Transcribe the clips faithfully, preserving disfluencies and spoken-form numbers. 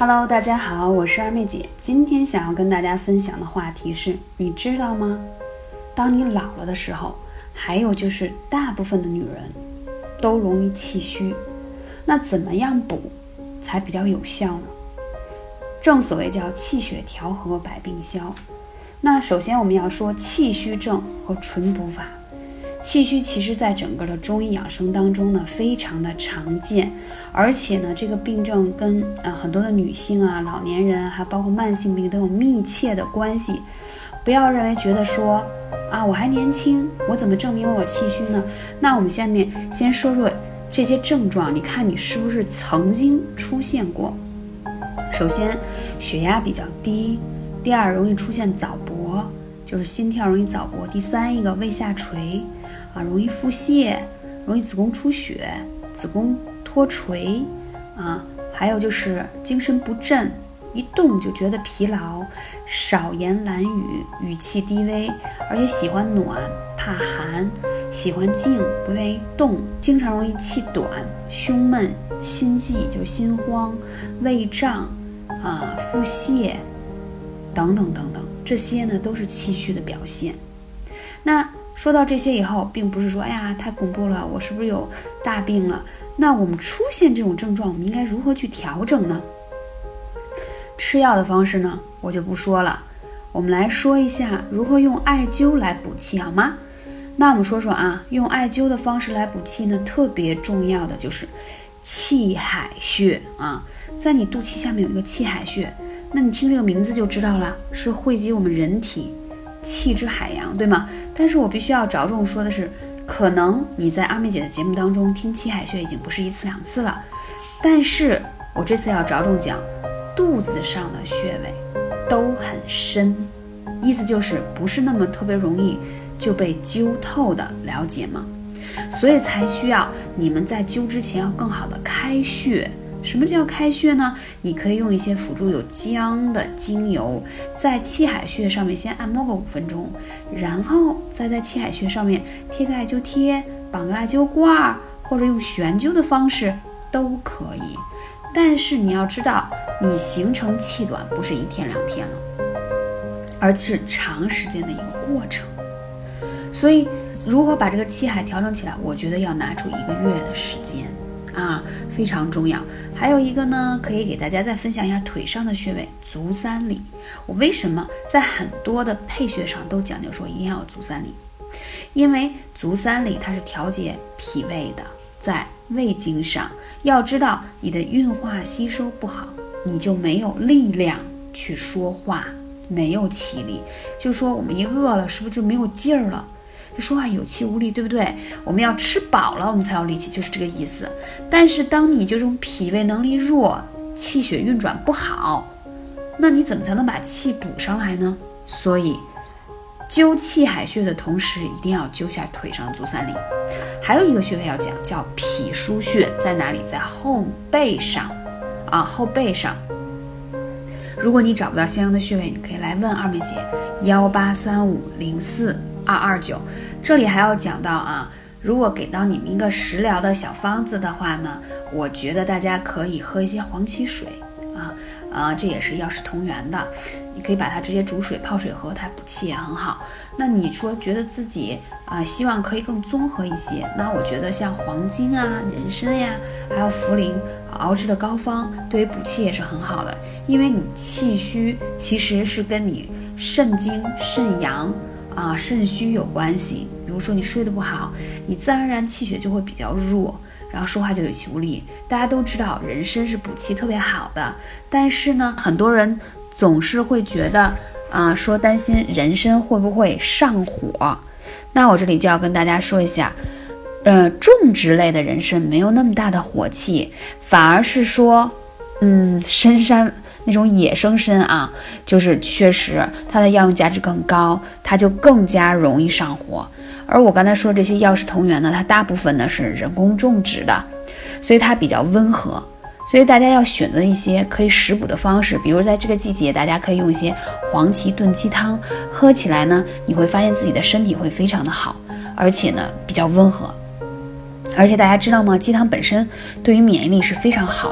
Hello， 大家好，我是二妹姐。今天想要跟大家分享的话题是，你知道吗？当你老了的时候，还有就是大部分的女人都容易气虚，那怎么样补才比较有效呢？正所谓叫气血调和百病消。那首先我们要说气虚症和纯补法。气虚其实在整个的中医养生当中呢非常的常见，而且呢这个病症跟呃很多的女性啊、老年人还包括慢性病都有密切的关系。不要认为觉得说啊我还年轻，我怎么证明我有气虚呢？那我们下面先说说这些症状，你看你是不是曾经出现过？首先血压比较低，第二容易出现早搏，就是心跳容易早搏，第三一个胃下垂啊，容易腹泻，容易子宫出血，子宫脱垂啊，还有就是精神不振，一动就觉得疲劳，少言懒语，语气低微，而且喜欢暖，怕寒，喜欢静，不愿意动，经常容易气短，胸闷，心悸就是心慌，胃胀啊，腹泻等等等等，这些呢都是气虚的表现。那说到这些以后，并不是说哎呀太恐怖了，我是不是有大病了？那我们出现这种症状，我们应该如何去调整呢？吃药的方式呢，我就不说了，我们来说一下如何用艾灸来补气，好吗？那我们说说啊，用艾灸的方式来补气呢，特别重要的就是气海穴啊，在你肚脐下面有一个气海穴，那你听这个名字就知道了，是汇集我们人体气之海洋，对吗？但是我必须要着重说的是，可能你在二妹姐的节目当中听气海穴已经不是一次两次了，但是我这次要着重讲肚子上的穴位都很深，意思就是不是那么特别容易就被灸透的，了解吗？所以才需要你们在灸之前要更好的开穴。什么叫开穴呢？你可以用一些辅助有姜的精油，在气海穴上面先按摩个五分钟，然后再在气海穴上面贴个艾灸贴，绑个艾灸罐，或者用悬灸的方式都可以。但是你要知道，你形成气短不是一天两天了，而是长时间的一个过程。所以如何把这个气海调整起来，我觉得要拿出一个月的时间啊，非常重要。还有一个呢，可以给大家再分享一下腿上的穴位足三里。我为什么在很多的配穴上都讲究说一定要有足三里？因为足三里它是调节脾胃的，在胃经上，要知道你的运化吸收不好，你就没有力量去说话，没有气力。就是说我们一饿了，是不是就没有劲儿了？就说话有气无力，对不对？我们要吃饱了我们才有力气，就是这个意思。但是当你这种脾胃能力弱，气血运转不好，那你怎么才能把气补上来呢？所以灸气海穴的同时，一定要灸下腿上的足三里。还有一个穴位要讲，叫脾腧穴，在哪里？在后背上啊，后背上。如果你找不到相应的穴位，你可以来问二妹姐幺八三五零四二二九。这里还要讲到啊，如果给到你们一个食疗的小方子的话呢，我觉得大家可以喝一些黄芪水啊，呃，这也是药食同源的，你可以把它直接煮水泡水喝，它补气也很好。那你说觉得自己啊、呃、希望可以更综合一些，那我觉得像黄精啊、人参呀，还有茯苓熬制的膏方，对于补气也是很好的。因为你气虚其实是跟你肾精、肾阳啊、肾虚有关系。比如说你睡得不好，你自然而然气血就会比较弱，然后说话就有气无力。大家都知道人参是补气特别好的，但是呢，很多人总是会觉得啊、呃，说担心人参会不会上火。那我这里就要跟大家说一下，呃，种植类的人参没有那么大的火气，反而是说，嗯，深山那种野生参啊，就是确实它的药用价值更高，它就更加容易上火。而我刚才说这些药食同源呢，它大部分呢是人工种植的，所以它比较温和。所以大家要选择一些可以食补的方式，比如在这个季节，大家可以用一些黄芪炖鸡汤，喝起来呢，你会发现自己的身体会非常的好，而且呢比较温和。而且大家知道吗？鸡汤本身对于免疫力是非常好的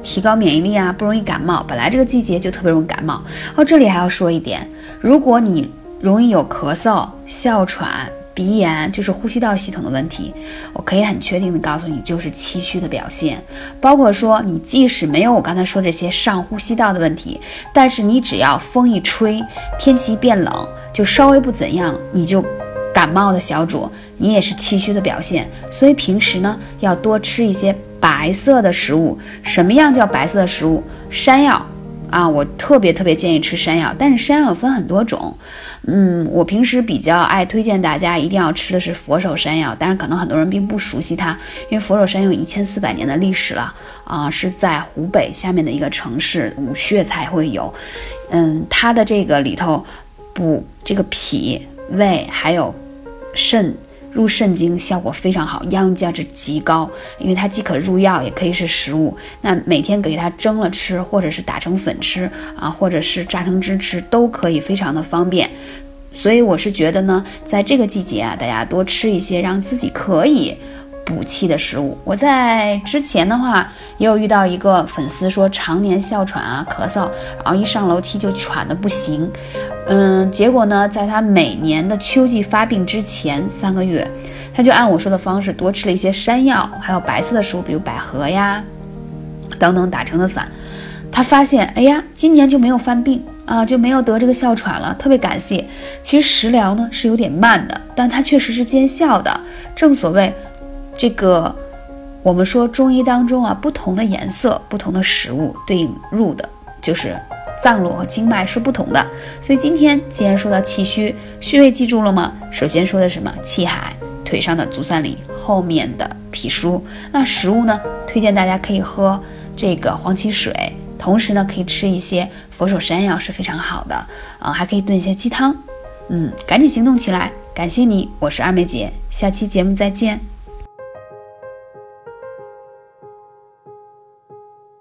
提高免疫力啊，不容易感冒。本来这个季节就特别容易感冒。哦，这里还要说一点，如果你容易有咳嗽、哮喘、鼻炎，就是呼吸道系统的问题，我可以很确定的告诉你，就是气虚的表现。包括说你即使没有我刚才说这些上呼吸道的问题，但是你只要风一吹，天气变冷，就稍微不怎样，你就感冒的小主，你也是气虚的表现。所以平时呢，要多吃一些白色的食物。什么样叫白色的食物？山药啊，我特别特别建议吃山药，但是山药有分很多种。嗯，我平时比较爱推荐大家一定要吃的是佛手山药，但是可能很多人并不熟悉它，因为佛手山药有一千四百年的历史了啊、呃，是在湖北下面的一个城市武穴才会有。嗯，它的这个里头补这个脾胃还有肾。入肾经效果非常好，药用价值极高，因为它既可入药，也可以是食物。那每天给它蒸了吃，或者是打成粉吃啊，或者是榨成汁吃，都可以，非常的方便。所以我是觉得呢，在这个季节啊，大家多吃一些让自己可以补气的食物。我在之前的话也有遇到一个粉丝说常年哮喘啊咳嗽，然后一上楼梯就喘得不行。嗯，结果呢，在他每年的秋季发病之前三个月，他就按我说的方式多吃了一些山药，还有白色的食物，比如百合呀等等打成的粉。他发现，哎呀，今年就没有犯病啊，就没有得这个哮喘了，特别感谢。其实食疗呢是有点慢的，但它确实是见效的。正所谓，这个我们说中医当中啊，不同的颜色、不同的食物对应入的就是脏络和经脉是不同的。所以今天既然说到气虚，穴位记住了吗？首先说的什么？气海，腿上的足三里，后面的脾腧。那食物呢？推荐大家可以喝这个黄芪水，同时呢可以吃一些佛手山药是非常好的啊、呃，还可以炖一些鸡汤。嗯，赶紧行动起来！感谢你，我是二妹姐，下期节目再见。